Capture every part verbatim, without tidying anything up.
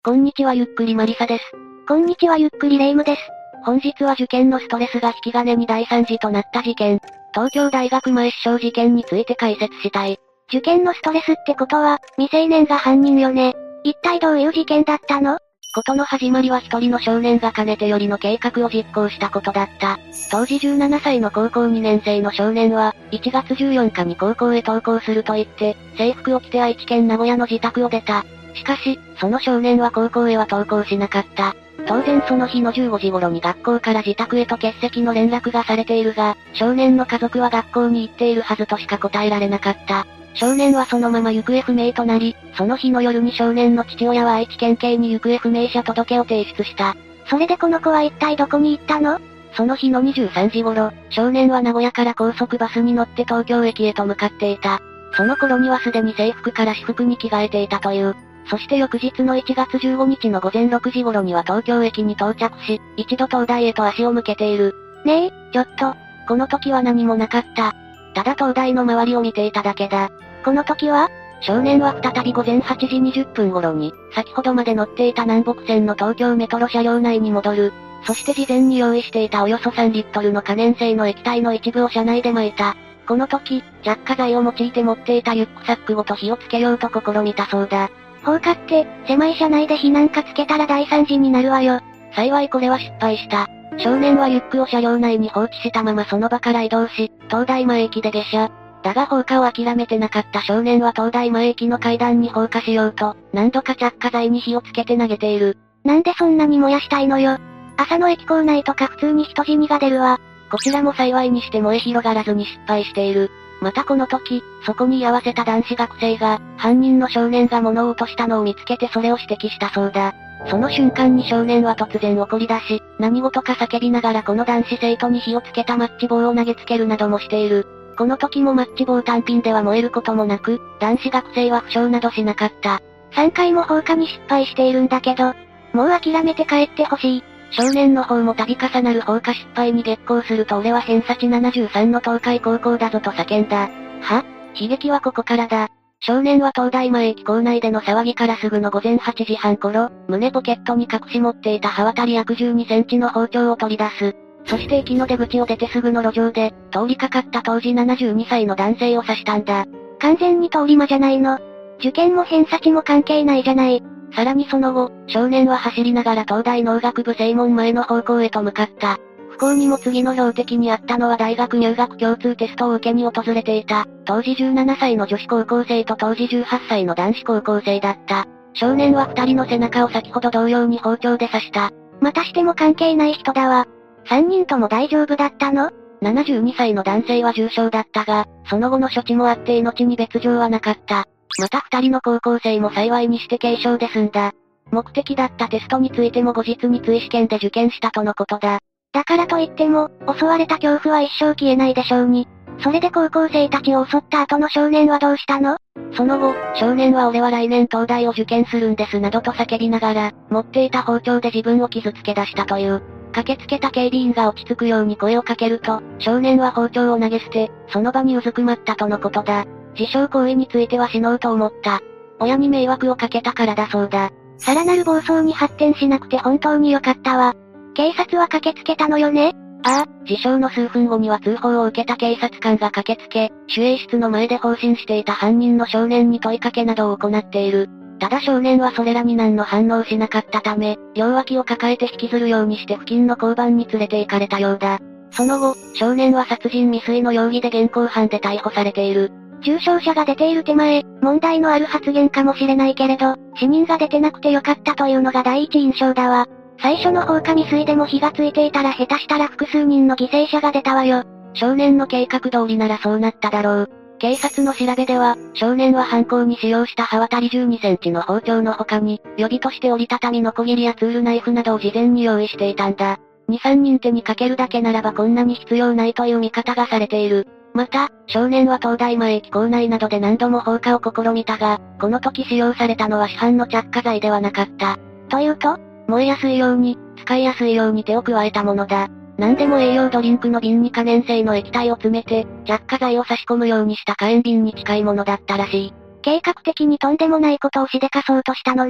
こんにちはゆっくりマリサです。 こんにちはゆっくりレイムです。 本日は受験のストレスが引き金に大惨事となった事件、東京大学前死傷事件について解説したい。 受験のストレスってことは、未成年が犯人よね。一体どういう事件だったの？ 事の始まりは一人の少年がかねてよりの計画を実行したことだった。当時じゅうななさいの高校にねん生の少年は、いちがつじゅうよっかに高校へ登校すると言って、制服を着て愛知県名古屋の自宅を出た。しかし、その少年は高校へは登校しなかった。当然その日のじゅうごじ頃に学校から自宅へと欠席の連絡がされているが、少年の家族は学校に行っているはずとしか答えられなかった。少年はそのまま行方不明となり、その日の夜に少年の父親は愛知県警に行方不明者届を提出した。 それでこの子は一体どこに行ったの？ その日のにじゅうさんじ頃、少年は名古屋から高速バスに乗って東京駅へと向かっていた。その頃にはすでに制服から私服に着替えていたという。そして翌日のいちがつじゅうごにちのごぜんろくじ頃には東京駅に到着し、一度東大へと足を向けている。 ねえ、ちょっと。 この時は何もなかった。ただ東大の周りを見ていただけだ。 この時は？ 少年は再びごぜんはちじにじゅっぷん頃に、先ほどまで乗っていた南北線の東京メトロ車両内に戻る。そして事前に用意していたおよそさんリットルの可燃性の液体の一部を車内で撒いた。この時、着火剤を用いて持っていたリュックサックごと火をつけようと試みたそうだ。 放火って、狭い車内で火なんかつけたら大惨事になるわよ。 幸いこれは失敗した。少年はリュックを車両内に放置したままその場から移動し、東大前駅で下車。だが放火を諦めてなかった少年は東大前駅の階段に放火しようと、何度か着火剤に火をつけて投げている。 なんでそんなに燃やしたいのよ。朝の駅構内とか普通に人死にが出るわ。 こちらも幸いにして燃え広がらずに失敗している。またこの時、そこに居合わせた男子学生が、犯人の少年が物を落としたのを見つけてそれを指摘したそうだ。その瞬間に少年は突然怒り出し、何事か叫びながらこの男子生徒に火をつけたマッチ棒を投げつけるなどもしている。この時もマッチ棒単品では燃えることもなく、男子学生は負傷などしなかった。 さんかいも放火に失敗しているんだけど、もう諦めて帰ってほしい。 少年の方も度重なる放火失敗に激高すると俺は偏差値ななじゅうさんの東海高校だぞと叫んだ。は？悲劇はここからだ。少年は東大前駅構内での騒ぎからすぐのごぜんはちじはん頃、胸ポケットに隠し持っていた刃渡り約じゅうにセンチの包丁を取り出す。そして駅の出口を出てすぐの路上で、通りかかった当時ななじゅうにさいの男性を刺したんだ。 完全に通り魔じゃないの。受験も偏差値も関係ないじゃない。 さらにその後、少年は走りながら東大農学部正門前の方向へと向かった。不幸にも次の標的にあったのは大学入学共通テストを受けに訪れていた、当時じゅうななさいの女子高校生と当時じゅうはっさいの男子高校生だった。少年は二人の背中を先ほど同様に包丁で刺した。 またしても関係ない人だわ。三人とも大丈夫だったの？ ななじゅうにさいの男性は重傷だったが、その後の処置もあって命に別状はなかった。また二人の高校生も幸いにして軽傷で済んだ。目的だったテストについても後日に追試験で受験したとのことだ。 だからといっても、襲われた恐怖は一生消えないでしょうに。それで高校生たちを襲った後の少年はどうしたの？ その後、少年は俺は来年東大を受験するんですなどと叫びながら、持っていた包丁で自分を傷つけ出したという。駆けつけた警備員が落ち着くように声をかけると、少年は包丁を投げ捨て、その場にうずくまったとのことだ。自傷行為については死のうと思った。親に迷惑をかけたからだそうだ。 さらなる暴走に発展しなくて本当に良かったわ。警察は駆けつけたのよね？ ああ、自傷の数分後には通報を受けた警察官が駆けつけ、守衛室の前で放心していた犯人の少年に問いかけなどを行っている。ただ少年はそれらに何の反応しなかったため、両脇を抱えて引きずるようにして付近の交番に連れて行かれたようだ。その後、少年は殺人未遂の容疑で現行犯で逮捕されている。 重傷者が出ている手前、問題のある発言かもしれないけれど、死人が出てなくてよかったというのが第一印象だわ。最初の放火未遂でも火がついていたら下手したら複数人の犠牲者が出たわよ。 少年の計画通りならそうなっただろう。警察の調べでは、少年は犯行に使用した刃渡りじゅうにセンチの包丁の他に、予備として折りたたみノコギリやツールナイフなどを事前に用意していたんだ。に、さんにん手にかけるだけならばこんなに必要ないという見方がされている。また、少年は東大前駅構内などで何度も放火を試みたが、この時使用されたのは市販の着火剤ではなかった。 というと？ 燃えやすいように、使いやすいように手を加えたものだ。何でも栄養ドリンクの瓶に可燃性の液体を詰めて、着火剤を差し込むようにした火炎瓶に近いものだったらしい。 計画的にとんでもないことをしでかそうとしたのね。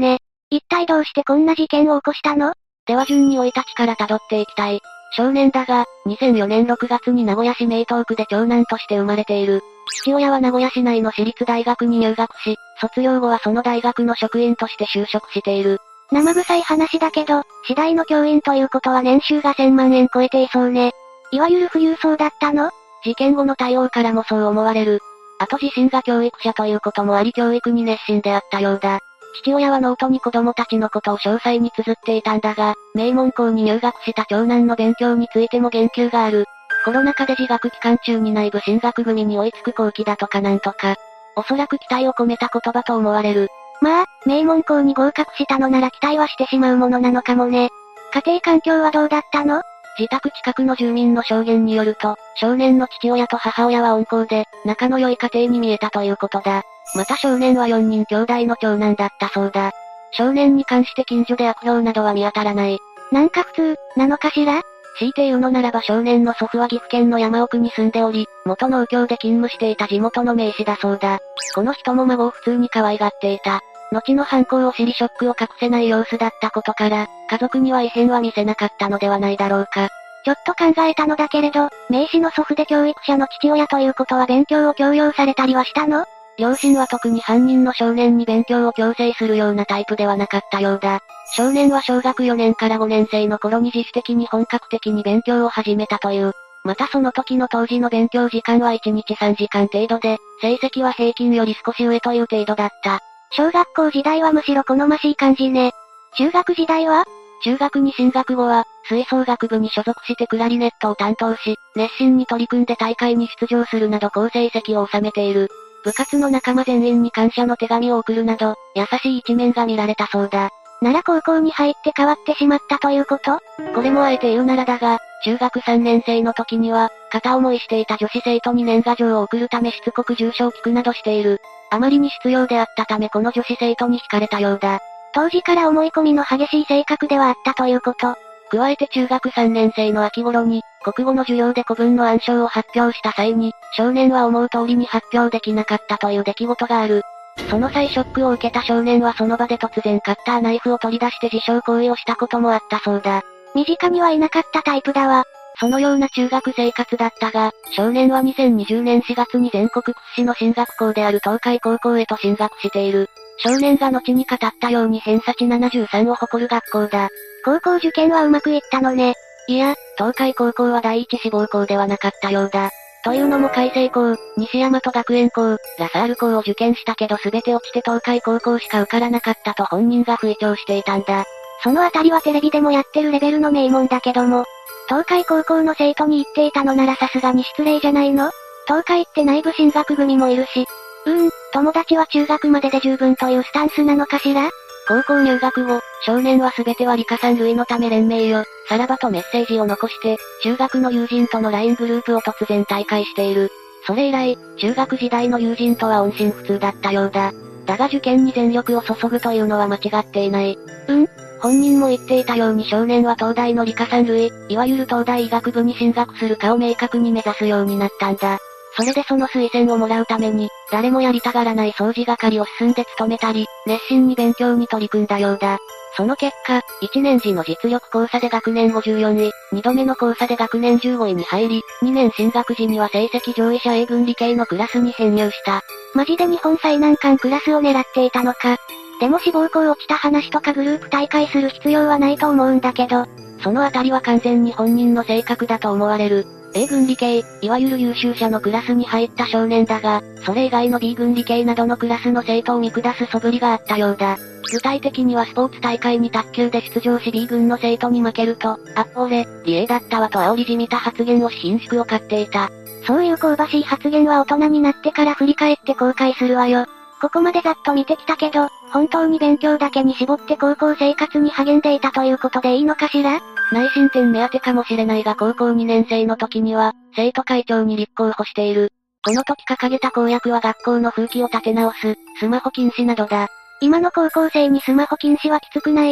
一体どうしてこんな事件を起こしたの？ では順に生い立ちから辿っていきたい。少年だが、にせんよねんろくがつに名古屋市名東区で長男として生まれている。父親は名古屋市内の私立大学に入学し、卒業後はその大学の職員として就職している。 生臭い話だけど、市大の教員ということは年収がせんまんえん超えていそうね。いわゆる富裕層だったの？ 事件後の対応からもそう思われる。あと自身が教育者ということもあり教育に熱心であったようだ。父親はノートに子供たちのことを詳細に綴っていたんだが、名門校に入学した長男の勉強についても言及がある。コロナ禍で自学期間中に内部進学組に追いつく後期だとかなんとか。おそらく期待を込めた言葉と思われる。 まあ、名門校に合格したのなら期待はしてしまうものなのかもね。家庭環境はどうだったの？ 自宅近くの住民の証言によると、少年の父親と母親は温厚で、仲の良い家庭に見えたということだ。また少年はよにん兄弟の長男だったそうだ。少年に関して近所で悪評などは見当たらない。 なんか普通、なのかしら？ 強いて言うのならば少年の祖父は岐阜県の山奥に住んでおり、元農協で勤務していた地元の名士だそうだ。この人も孫を普通に可愛がっていた。後の犯行を知りショックを隠せない様子だったことから、家族には異変は見せなかったのではないだろうか。 ちょっと考えたのだけれど、名士の祖父で教育者の父親ということは勉強を強要されたりはしたの？ 両親は特に犯人の少年に勉強を強制するようなタイプではなかったようだ。少年は小学よねんからごねん生の頃に自主的に本格的に勉強を始めたという。またその時の当時の勉強時間はいちにちさんじかん程度で、成績は平均より少し上という程度だった。 小学校時代はむしろ好ましい感じね。中学時代は？ 中学に進学後は、吹奏楽部に所属してクラリネットを担当し、熱心に取り組んで大会に出場するなど好成績を収めている。部活の仲間全員に感謝の手紙を送るなど、優しい一面が見られたそうだ。 なら高校に入って変わってしまったということ？ これもあえて言うならだが、中学さんねん生の時には、片思いしていた女子生徒に年賀状を送るためしつこく住所を聞くなどしている。あまりに執拗であったためこの女子生徒に惹かれたようだ。 当時から思い込みの激しい性格ではあったということ。 加えて中学さんねん生の秋頃に、国語の授業で古文の暗唱を発表した際に、少年は思う通りに発表できなかったという出来事がある。その際ショックを受けた少年はその場で突然カッターナイフを取り出して自傷行為をしたこともあったそうだ。 身近にはいなかったタイプだわ。 そのような中学生活だったが、少年はにせんにじゅうねんしがつに全国屈指の進学校である東海高校へと進学している。少年が後に語ったように偏差値ななじゅうさんを誇る学校だ。 高校受験はうまくいったのね。 いや、東海高校は第一志望校ではなかったようだ。というのも海星校、西大和学園校、ラサール校を受験したけど全て落ちて東海高校しか受からなかったと本人が吹聴していたんだ。 そのあたりはテレビでもやってるレベルの名門だけども、東海高校の生徒に言っていたのならさすがに失礼じゃないの？東海って内部進学組もいるし。うーん、友達は中学までで十分というスタンスなのかしら？ 高校入学後、少年は全ては理科三類のため連盟よ、さらばとメッセージを残して、中学の友人との ライン グループを突然退会している。それ以来、中学時代の友人とは音信不通だったようだ。だが受験に全力を注ぐというのは間違っていない。 うん？ 本人も言っていたように少年は東大の理科三類、いわゆる東大医学部に進学するかを明確に目指すようになったんだ。それでその推薦をもらうために、誰もやりたがらない掃除係を進んで務めたり、熱心に勉強に取り組んだようだ。その結果、いちねん時の実力講座で学年ごじゅうよんい、にどめの講座で学年じゅうごいに入り、にねん進学時には成績上位者 A 群理系のクラスに編入した。 マジで日本最難関クラスを狙っていたのか。でも志望校落ちた話とかグループ大会する必要はないと思うんだけど、 そのあたりは完全に本人の性格だと思われる。A 群理系、いわゆる優秀者のクラスに入った少年だが、それ以外の B 群理系などのクラスの生徒を見下す素振りがあったようだ。具体的にはスポーツ大会に卓球で出場し B 群の生徒に負けると、あ、俺、理恵だったわと煽りじみた発言をし顰蹙を買っていた。 そういう香ばしい発言は大人になってから振り返って後悔するわよ。ここまでざっと見てきたけど、本当に勉強だけに絞って高校生活に励んでいたということでいいのかしら？ 内申点目当てかもしれないが高校にねん生の時には、生徒会長に立候補している。この時掲げた公約は学校の風紀を立て直す、スマホ禁止などだ。 今の高校生にスマホ禁止はきつくない？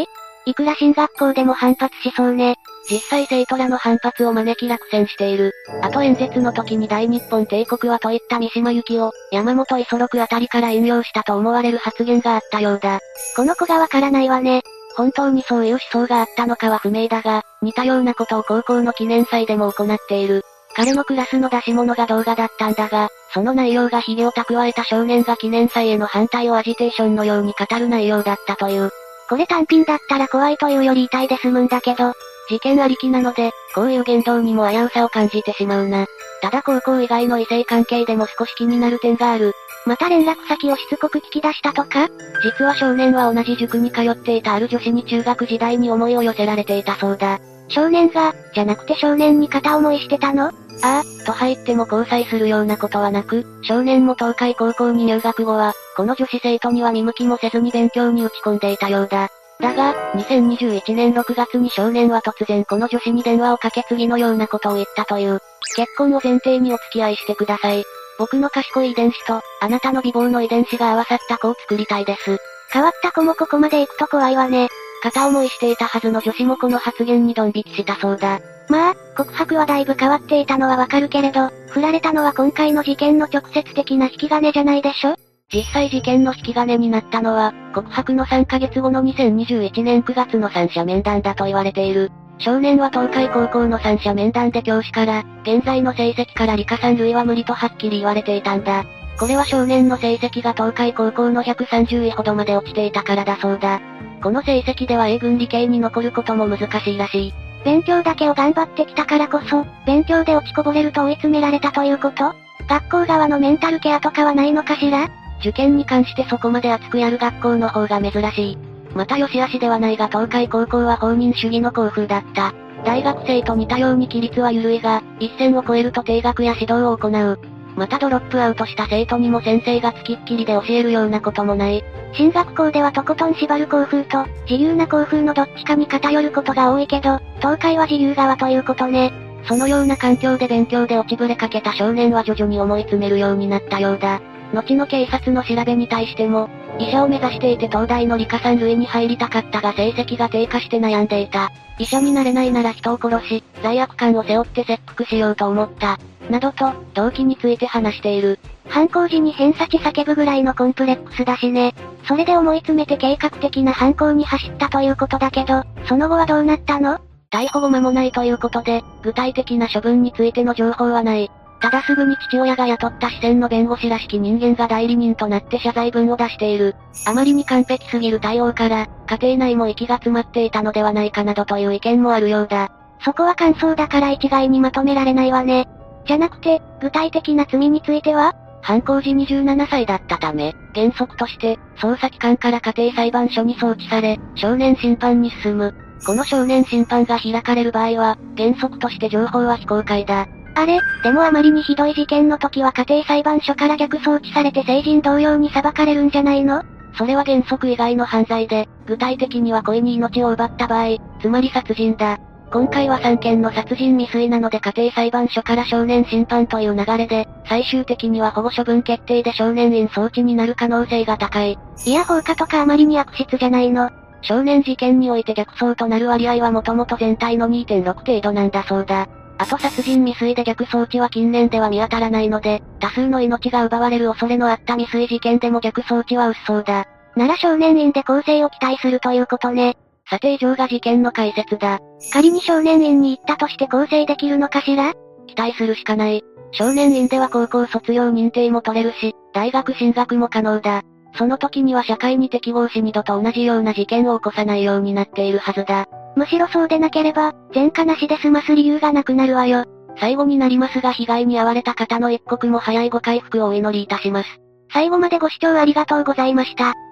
いくら進学校でも反発しそうね。 実際生徒らの反発を招き落選している。あと演説の時に大日本帝国はといった三島由紀夫、山本五十六あたりから引用したと思われる発言があったようだ。 この子がわからないわね。 本当にそういう思想があったのかは不明だが、似たようなことを高校の記念祭でも行っている。彼のクラスの出し物が動画だったんだが、その内容が髭を蓄えた少年が記念祭への反対をアジテーションのように語る内容だったという。 これ単品だったら怖いというより痛いで済むんだけど、 事件ありきなので、こういう言動にも危うさを感じてしまうな。ただ高校以外の異性関係でも少し気になる点がある。 また連絡先をしつこく聞き出したとか？ 実は少年は同じ塾に通っていたある女子に中学時代に思いを寄せられていたそうだ。 少年が、じゃなくて少年に片思いしてたの？ ああ、と入っても交際するようなことはなく、少年も東海高校に入学後は、この女子生徒には見向きもせずに勉強に打ち込んでいたようだ。だが、にせんにじゅういちねんろくがつに少年は突然この女子に電話をかけ次のようなことを言ったという。結婚を前提にお付き合いしてください。僕の賢い遺伝子と、あなたの美貌の遺伝子が合わさった子を作りたいです。 変わった子もここまで行くと怖いわね。 片思いしていたはずの女子もこの発言にドン引きしたそうだ。 まあ、告白はだいぶ変わっていたのはわかるけれど、振られたのは今回の事件の直接的な引き金じゃないでしょ？ 実際事件の引き金になったのは、告白のさんかげつごのにせんにじゅういちねんくがつの三者面談だと言われている。少年は東海高校の三者面談で教師から、現在の成績から理科三類は無理とはっきり言われていたんだ。これは少年の成績が東海高校のひゃくさんじゅういほどまで落ちていたからだそうだ。この成績では A 群理系に残ることも難しいらしい。 勉強だけを頑張ってきたからこそ、勉強で落ちこぼれると追い詰められたということ？学校側のメンタルケアとかはないのかしら？ 受験に関してそこまで熱くやる学校の方が珍しい。また良し悪しではないが東海高校は放任主義の校風だった。大学生と似たように規律は緩いが、一線を越えると定額や指導を行う。またドロップアウトした生徒にも先生が付きっきりで教えるようなこともない。 進学校ではとことん縛る校風と、自由な校風のどっちかに偏ることが多いけど、東海は自由側ということね。 そのような環境で勉強で落ちぶれかけた少年は徐々に思い詰めるようになったようだ。後の警察の調べに対しても、医者を目指していて東大の理科三類に入りたかったが成績が低下して悩んでいた。医者になれないなら人を殺し、罪悪感を背負って切腹しようと思った。などと、動機について話している。 犯行時に偏差値叫ぶぐらいのコンプレックスだしね。それで思い詰めて計画的な犯行に走ったということだけど、その後はどうなったの？ 逮捕後間もないということで、具体的な処分についての情報はない。ただすぐに父親が雇った支店の弁護士らしき人間が代理人となって謝罪文を出している。あまりに完璧すぎる対応から、家庭内も息が詰まっていたのではないかなどという意見もあるようだ。 そこは感想だから一概にまとめられないわね。じゃなくて、具体的な罪については？ 犯行時にじゅうななさいだったため、原則として、捜査機関から家庭裁判所に送致され、少年審判に進む。この少年審判が開かれる場合は、原則として情報は非公開だ。 あれ、でもあまりにひどい事件の時は家庭裁判所から逆送致されて成人同様に裁かれるんじゃないの？ それは原則以外の犯罪で、具体的には故意に命を奪った場合、つまり殺人だ。今回はさんけんの殺人未遂なので家庭裁判所から少年審判という流れで、最終的には保護処分決定で少年院送致になる可能性が高い。 いや放火とかあまりに悪質じゃないの。 少年事件において逆走となる割合はもともと全体の にてんろく 程度なんだそうだ。あと殺人未遂で逆送致は近年では見当たらないので、多数の命が奪われる恐れのあった未遂事件でも逆送致は薄そうだ。 なら少年院で更生を期待するということね。 さて以上が事件の解説だ。 仮に少年院に行ったとして更生できるのかしら？ 期待するしかない。少年院では高校卒業認定も取れるし、大学進学も可能だ。その時には社会に適合し二度と同じような事件を起こさないようになっているはずだ。 むしろそうでなければ、前科なしで済ます理由がなくなるわよ。 最後になりますが被害に遭われた方の一刻も早いご回復をお祈りいたします。 最後までご視聴ありがとうございました。